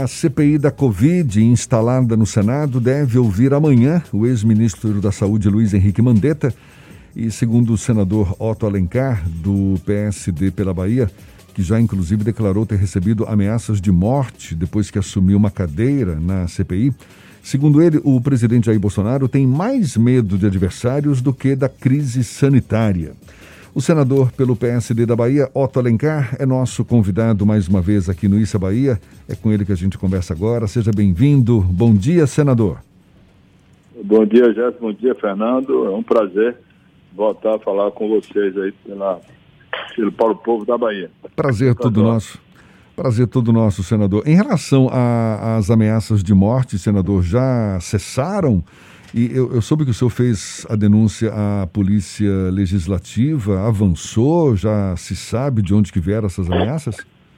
A CPI da Covid, instalada no Senado, deve ouvir amanhã o ex-ministro da Saúde, Luiz Henrique Mandetta, e segundo o senador Otto Alencar, do PSD pela Bahia, que já inclusive declarou ter recebido ameaças de morte depois que assumiu uma cadeira na CPI, segundo ele, o presidente Jair Bolsonaro tem mais medo de adversários do que da crise sanitária. O senador pelo PSD da Bahia, Otto Alencar, é nosso convidado mais uma vez aqui no Issa Bahia. É com ele que a gente conversa agora. Seja bem-vindo. Bom dia, senador. Bom dia, Jéssica. Bom dia, Fernando. É um prazer voltar a falar com vocês aí para o povo da Bahia. Prazer todo nosso. Prazer todo nosso, senador. Em relação às ameaças de morte, senador, já cessaram? E eu soube que o senhor fez a denúncia à Polícia Legislativa, avançou, já se sabe de onde que vieram essas ameaças?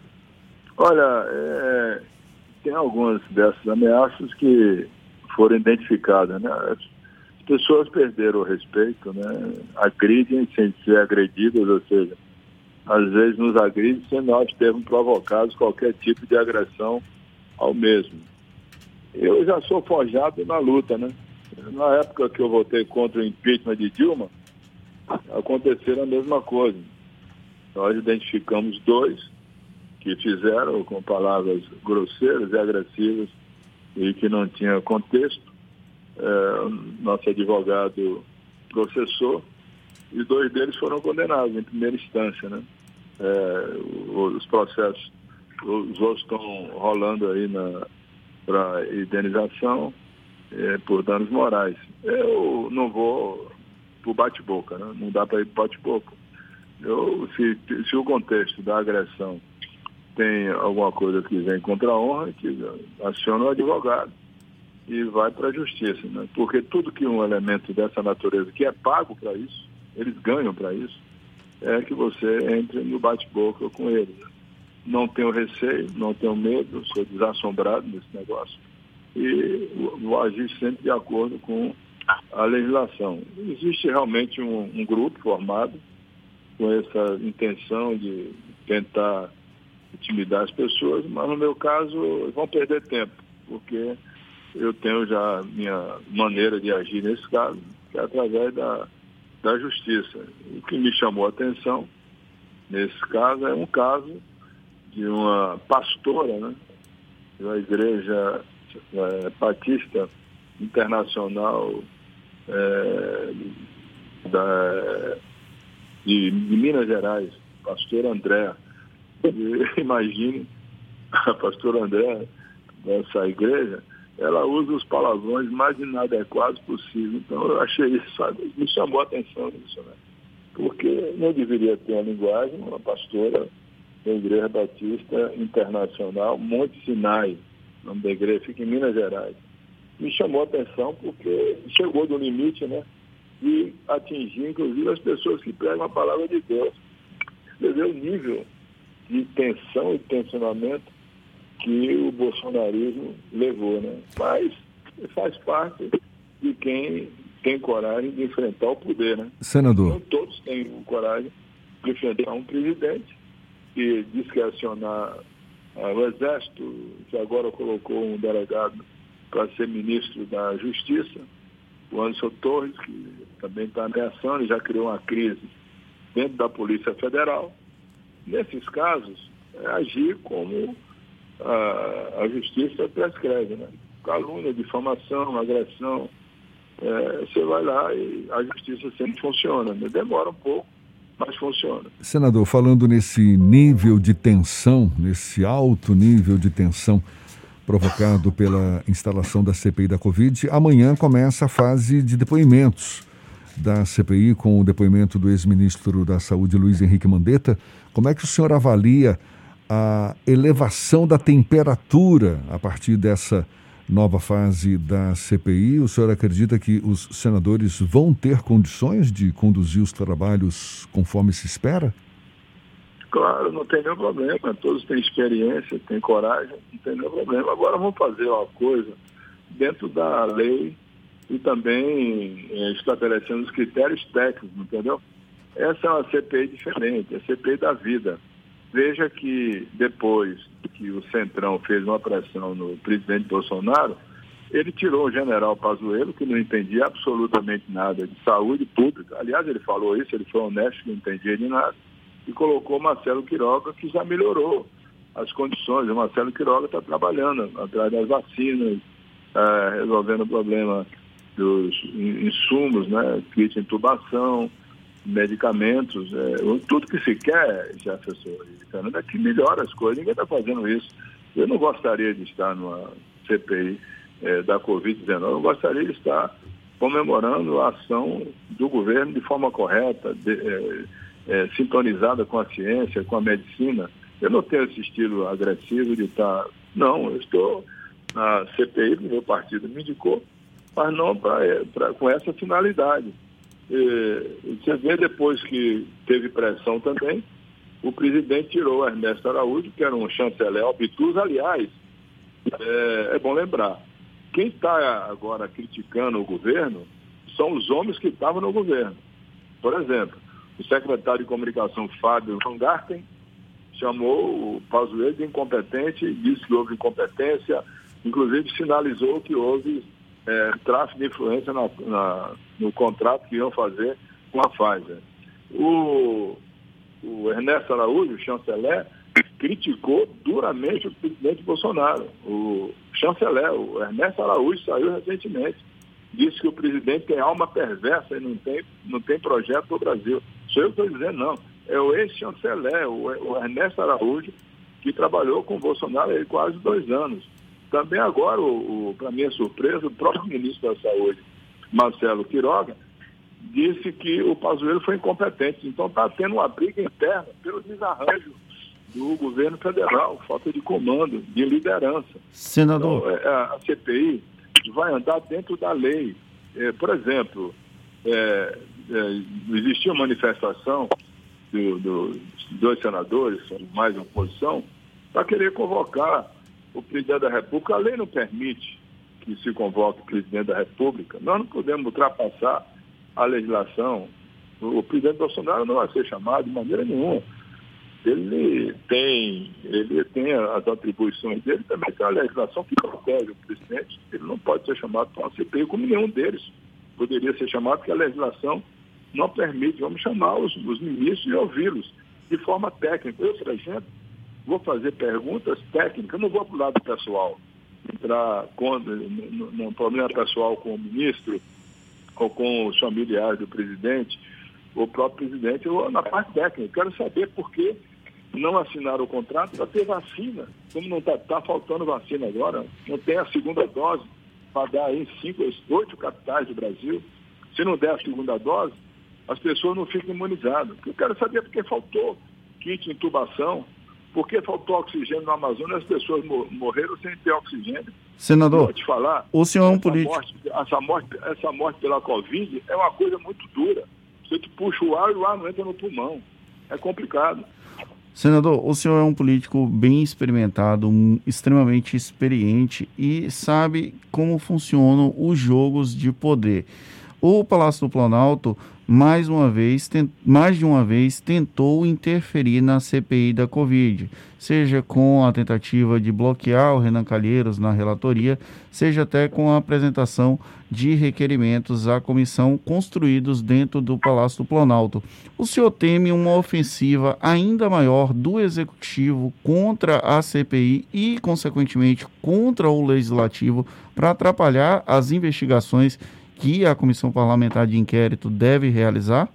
Olha, tem algumas dessas ameaças que foram identificadas, né? As pessoas perderam o respeito, né? Agridem sem ser agredidas, ou seja, às vezes nos agridem sem nós termos provocado qualquer tipo de agressão ao mesmo. Eu já sou forjado na luta, né? Na época que eu votei contra o impeachment de Dilma, aconteceu a mesma coisa. Nós identificamos dois que fizeram com palavras grosseiras e agressivas e que não tinha contexto. Nosso advogado processou e dois deles foram condenados em primeira instância, né? Os processos, os outros estão rolando aí para indenização por danos morais. Eu não vou para o bate-boca, né? Não dá para ir para o bate-boca. Se o contexto da agressão tem alguma coisa que vem contra a honra, que aciona o advogado e vai para a justiça, né? Porque tudo que um elemento dessa natureza, que é pago para isso, eles ganham para isso, é que você entre no bate-boca com eles. Não tenho receio, não tenho medo, sou desassombrado nesse negócio e vou agir sempre de acordo com a legislação. Existe realmente um grupo formado com essa intenção de tentar intimidar as pessoas, mas no meu caso vão perder tempo, porque eu tenho já minha maneira de agir nesse caso, que é através da justiça. O que me chamou a atenção nesse caso é um caso de uma pastora, né, de uma igreja batista internacional de Minas Gerais, pastora Andréa. Imagine a pastora Andréa dessa igreja, ela usa os palavrões mais inadequados possíveis. Então eu achei isso, sabe, me chamou a atenção isso, né? Porque não deveria ter a linguagem, uma pastora da Igreja Batista Internacional, Monte Sinai, o nome da igreja fica em Minas Gerais. Me chamou a atenção porque chegou do limite, né, de atingir, inclusive, as pessoas que pregam a palavra de Deus. Você vê o nível de tensão e tensionamento que o bolsonarismo levou, né? Mas faz parte de quem tem coragem de enfrentar o poder, né? Senador. Não todos têm coragem de enfrentar um presidente que diz que acionar o Exército, que agora colocou um delegado para ser ministro da Justiça, o Anderson Torres, que também está ameaçando e já criou uma crise dentro da Polícia Federal. Nesses casos, agir como a Justiça prescreve, né? Calúnia, difamação, agressão, você vai lá e a Justiça sempre funciona, né? Demora um pouco, mas funciona. Senador, falando nesse nível de tensão, nesse alto nível de tensão provocado pela instalação da CPI da Covid, amanhã começa a fase de depoimentos da CPI com o depoimento do ex-ministro da Saúde, Luiz Henrique Mandetta. Como é que o senhor avalia a elevação da temperatura a partir dessa nova fase da CPI? O senhor acredita que os senadores vão ter condições de conduzir os trabalhos conforme se espera? Claro, não tem nenhum problema. Todos têm experiência, têm coragem, não tem nenhum problema. Agora vamos fazer uma coisa dentro da lei e também estabelecendo os critérios técnicos, entendeu? Essa é uma CPI diferente, é a CPI da vida. Veja que depois que o Centrão fez uma pressão no presidente Bolsonaro, ele tirou o general Pazuello, que não entendia absolutamente nada de saúde pública. Aliás, ele falou isso, ele foi honesto, não entendia de nada, e colocou Marcelo Queiroga, que já melhorou as condições. O Marcelo Queiroga está trabalhando atrás das vacinas, resolvendo o problema dos insumos, né, kit de intubação, medicamentos, tudo que se quer, Jefferson e Fernando, é que melhora as coisas. Ninguém está fazendo isso. Eu não gostaria de estar numa CPI da Covid-19, eu gostaria de estar comemorando a ação do governo de forma correta, sintonizada com a ciência, com a medicina. Eu não tenho esse estilo agressivo de estar... Não, eu estou na CPI, do meu partido me indicou, mas não com essa finalidade. Você vê, depois que teve pressão também, o presidente tirou o Ernesto Araújo, que era um chanceler obtuso. Aliás, é bom lembrar, quem está agora criticando o governo são os homens que estavam no governo. Por exemplo, o secretário de Comunicação, Fábio Van Garten, chamou o Pazuello de incompetente, disse que houve incompetência, inclusive sinalizou que houve tráfico de influência no contrato que iam fazer com a Pfizer. O Ernesto Araújo, o chanceler, criticou duramente o presidente Bolsonaro. O chanceler, o Ernesto Araújo, saiu recentemente. Disse que o presidente tem alma perversa e não tem projeto para o Brasil. Sou eu que estou dizendo, não. É o ex-chanceler, o Ernesto Araújo, que trabalhou com o Bolsonaro há quase 2 anos. Também agora, para minha surpresa, o próprio ministro da Saúde, Marcelo Queiroga, disse que o Pazuello foi incompetente. Então está tendo uma briga interna pelo desarranjo do governo federal, falta de comando, de liderança. Senador. Então, a CPI vai andar dentro da lei. Por exemplo, existiu uma manifestação dos 2 senadores, mais uma oposição, para querer convocar o presidente da República. A lei não permite que se convoque o presidente da República. Nós não podemos ultrapassar a legislação. O presidente Bolsonaro não vai ser chamado de maneira nenhuma. Ele tem as atribuições dele, também tem a legislação que protege o presidente. Ele não pode ser chamado para uma CPI, como nenhum deles poderia ser chamado, porque a legislação não permite. Vamos chamar os ministros e ouvi-los de forma técnica. Eu, por exemplo, vou fazer perguntas técnicas, não vou para o lado pessoal, entrar num problema pessoal com o ministro ou com os familiares do presidente, ou o próprio presidente, ou na parte técnica. Quero saber por que não assinaram o contrato para ter vacina. Como não está faltando vacina agora, não tem a segunda dose para dar em 8 capitais do Brasil. Se não der a segunda dose, as pessoas não ficam imunizadas. Eu quero saber por que faltou kit de intubação, por que faltou oxigênio no Amazonas e as pessoas morreram sem ter oxigênio. Senador, vou te falar, o senhor é um político. Essa morte pela Covid é uma coisa muito dura. Você puxa o ar e o ar não entra no pulmão. É complicado. Senador, o senhor é um político bem experimentado, extremamente experiente e sabe como funcionam os jogos de poder. O Palácio do Planalto, mais de uma vez, tentou interferir na CPI da Covid, seja com a tentativa de bloquear o Renan Calheiros na relatoria, seja até com a apresentação de requerimentos à comissão construídos dentro do Palácio do Planalto. O senhor teme uma ofensiva ainda maior do Executivo contra a CPI e, consequentemente, contra o Legislativo para atrapalhar as investigações que a Comissão Parlamentar de Inquérito deve realizar?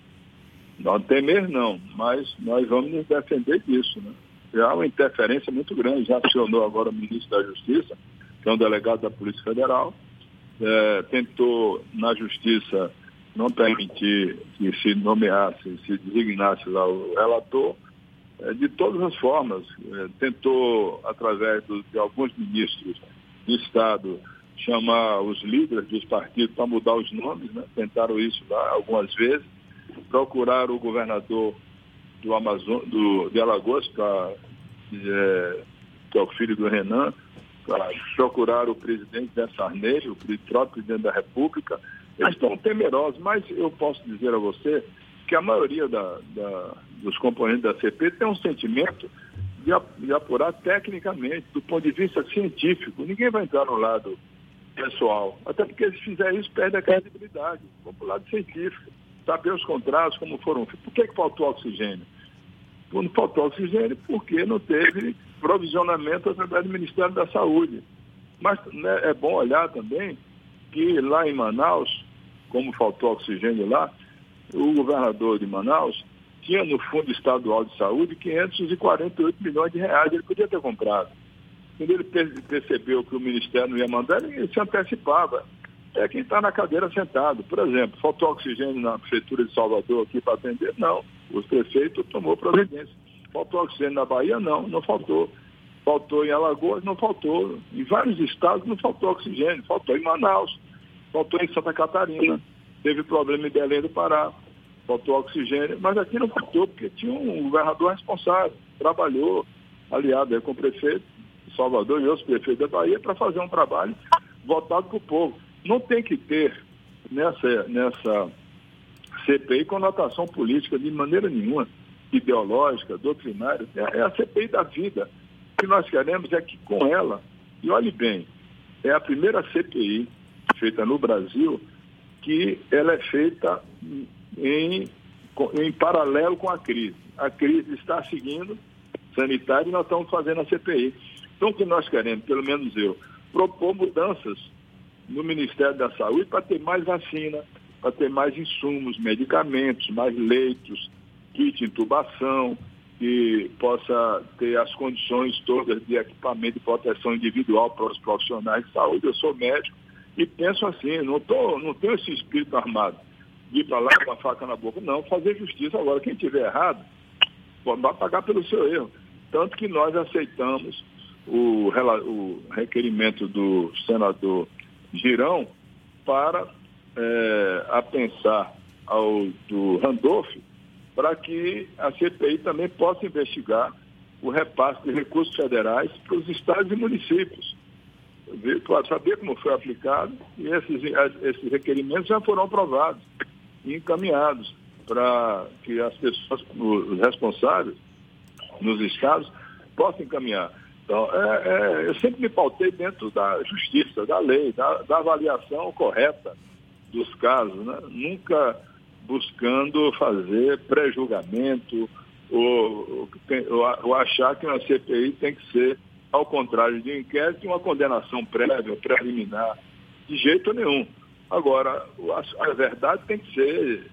Não temer não, mas nós vamos nos defender disso, né? Já há uma interferência muito grande, já acionou agora o ministro da Justiça, que é um delegado da Polícia Federal, tentou na Justiça não permitir que se nomeasse, se designasse lá o relator, de todas as formas, tentou, através de alguns ministros do Estado, chamar os líderes dos partidos para mudar os nomes, né? Tentaram isso lá algumas vezes, procuraram o governador do Amazonas, de Alagoas, que é o filho do Renan, procuraram o presidente da Sarney, o próprio presidente da República. Eles estão temerosos, mas eu posso dizer a você que a maioria dos componentes da CPI tem um sentimento de apurar tecnicamente, do ponto de vista científico. Ninguém vai entrar no lado pessoal, até porque se fizer isso, perde a credibilidade. Vamos para o lado científico, saber os contratos, como foram. Por que faltou oxigênio? Não faltou oxigênio porque não teve provisionamento através do Ministério da Saúde. Mas, né, é bom olhar também que lá em Manaus, como faltou oxigênio lá, o governador de Manaus tinha no Fundo Estadual de Saúde 548 milhões de reais. Ele podia ter comprado. Quando ele percebeu que o Ministério não ia mandar, ele se antecipava. É quem está na cadeira sentado. Por exemplo, faltou oxigênio na Prefeitura de Salvador aqui para atender? Não. O prefeito tomou providência. Faltou oxigênio na Bahia? Não faltou. Faltou em Alagoas? Não faltou. Em vários estados não faltou oxigênio. Faltou em Manaus. Faltou em Santa Catarina. Teve problema em Belém do Pará. Faltou oxigênio. Mas aqui não faltou, porque tinha um governador responsável. Trabalhou, aliado com o prefeito de Salvador e outros prefeitos da Bahia, para fazer um trabalho voltado para o povo. Não tem que ter nessa CPI conotação política de maneira nenhuma, ideológica, doutrinária. É a CPI da vida. O que nós queremos é que com ela, e olhe bem, é a primeira CPI feita no Brasil que ela é feita em paralelo com a crise. A crise está seguindo sanitária e nós estamos fazendo a CPI. Então o que nós queremos, pelo menos eu, propor mudanças no Ministério da Saúde para ter mais vacina, para ter mais insumos, medicamentos, mais leitos, kit de intubação, que possa ter as condições todas de equipamento de proteção individual para os profissionais de saúde. Eu sou médico e penso assim, não tenho esse espírito armado de ir para lá com a faca na boca, não, fazer justiça. Agora, quem tiver errado, vai pagar pelo seu erro. Tanto que nós aceitamos o requerimento do senador Girão para a pensar do Randolph, para que a CPI também possa investigar o repasse de recursos federais para os estados e municípios, para saber como foi aplicado, e esses requerimentos já foram aprovados e encaminhados para que as pessoas, os responsáveis nos estados, possam encaminhar. Então, eu sempre me pautei dentro da justiça, da lei, da avaliação correta dos casos, né? Nunca buscando fazer pré-julgamento ou achar que uma CPI tem que ser, ao contrário de um inquérito, uma condenação prévia, preliminar, de jeito nenhum. Agora, a verdade tem que ser,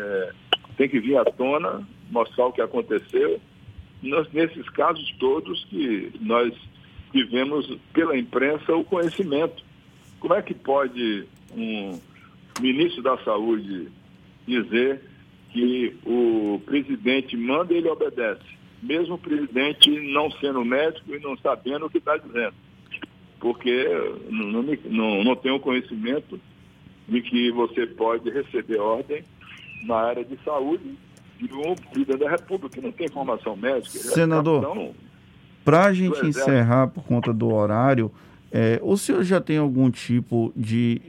tem que vir à tona, mostrar o que aconteceu, nesses casos todos que nós tivemos pela imprensa o conhecimento. Como é que pode um ministro da Saúde dizer que o presidente manda e ele obedece, mesmo o presidente não sendo médico e não sabendo o que está dizendo? Porque não tem o conhecimento de que você pode receber ordem na área de saúde de um presidente da República que não tem formação médica. Senador, para a gente encerrar por conta do horário, o senhor já tem algum tipo de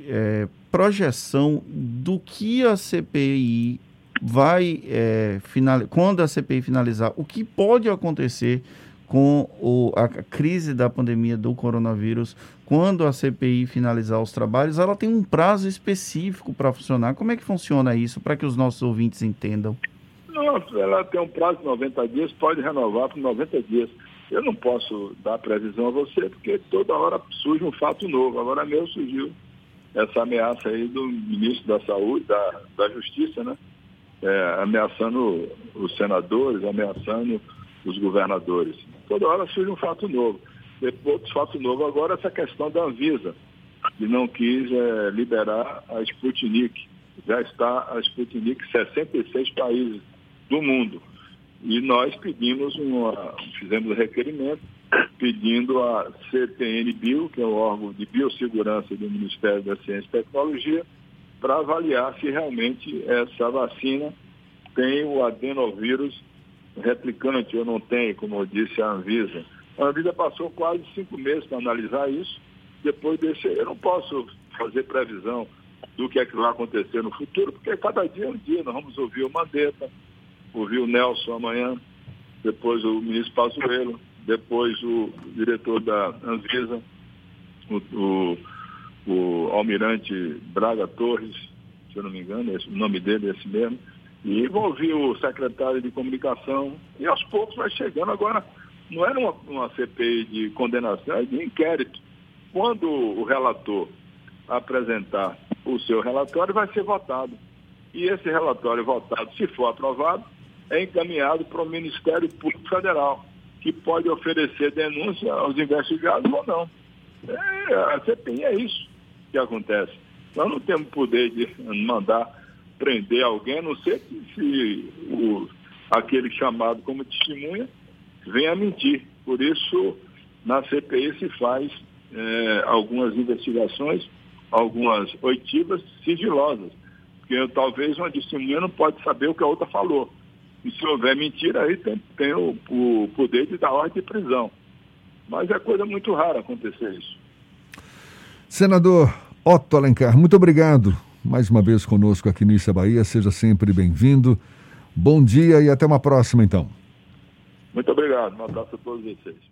projeção do que a CPI vai quando a CPI finalizar, o que pode acontecer com a crise da pandemia do coronavírus, quando a CPI finalizar os trabalhos? Ela tem um prazo específico para funcionar. Como é que funciona isso, para que os nossos ouvintes entendam? Não, ela tem um prazo de 90 dias, pode renovar por 90 dias. Eu não posso dar previsão a você, porque toda hora surge um fato novo. Agora mesmo surgiu essa ameaça aí do ministro da Saúde, da Justiça, né? Ameaçando os senadores, ameaçando os governadores. Toda hora surge um fato novo. Outro fato novo agora é essa questão da Anvisa, que não quis liberar a Sputnik. Já está a Sputnik em 66 países do mundo. E nós fizemos um requerimento pedindo a CTN-Bio, que é o órgão de biossegurança do Ministério da Ciência e Tecnologia, para avaliar se realmente essa vacina tem o adenovírus replicante ou não tem, como eu disse a Anvisa. A Anvisa passou quase 5 meses para analisar isso. Depois eu não posso fazer previsão do que é que vai acontecer no futuro, porque cada dia é um dia. Nós vamos ouvir o Mandetta, ouvir o Nelson amanhã, depois o ministro Pazuello, depois o diretor da Anvisa, o almirante Braga Torres, se eu não me engano, o nome dele é esse mesmo, e vou ouvir o secretário de comunicação, e aos poucos vai chegando. Agora, não era uma CPI de condenação, é de inquérito. Quando o relator apresentar o seu relatório, vai ser votado. E esse relatório votado, se for aprovado, é encaminhado para o Ministério Público Federal, que pode oferecer denúncia aos investigados ou não. A CPI é isso que acontece. Nós não temos poder de mandar prender alguém, a não ser que se aquele chamado como testemunha venha mentir. Por isso, na CPI se faz algumas investigações, algumas oitivas sigilosas, porque talvez uma testemunha não pode saber o que a outra falou. E se houver mentira, aí tem o poder de dar ordem de prisão. Mas é coisa muito rara acontecer isso. Senador Otto Alencar, muito obrigado mais uma vez conosco aqui no Issa Bahia. Seja sempre bem-vindo. Bom dia e até uma próxima, então. Muito obrigado. Um abraço a todos vocês.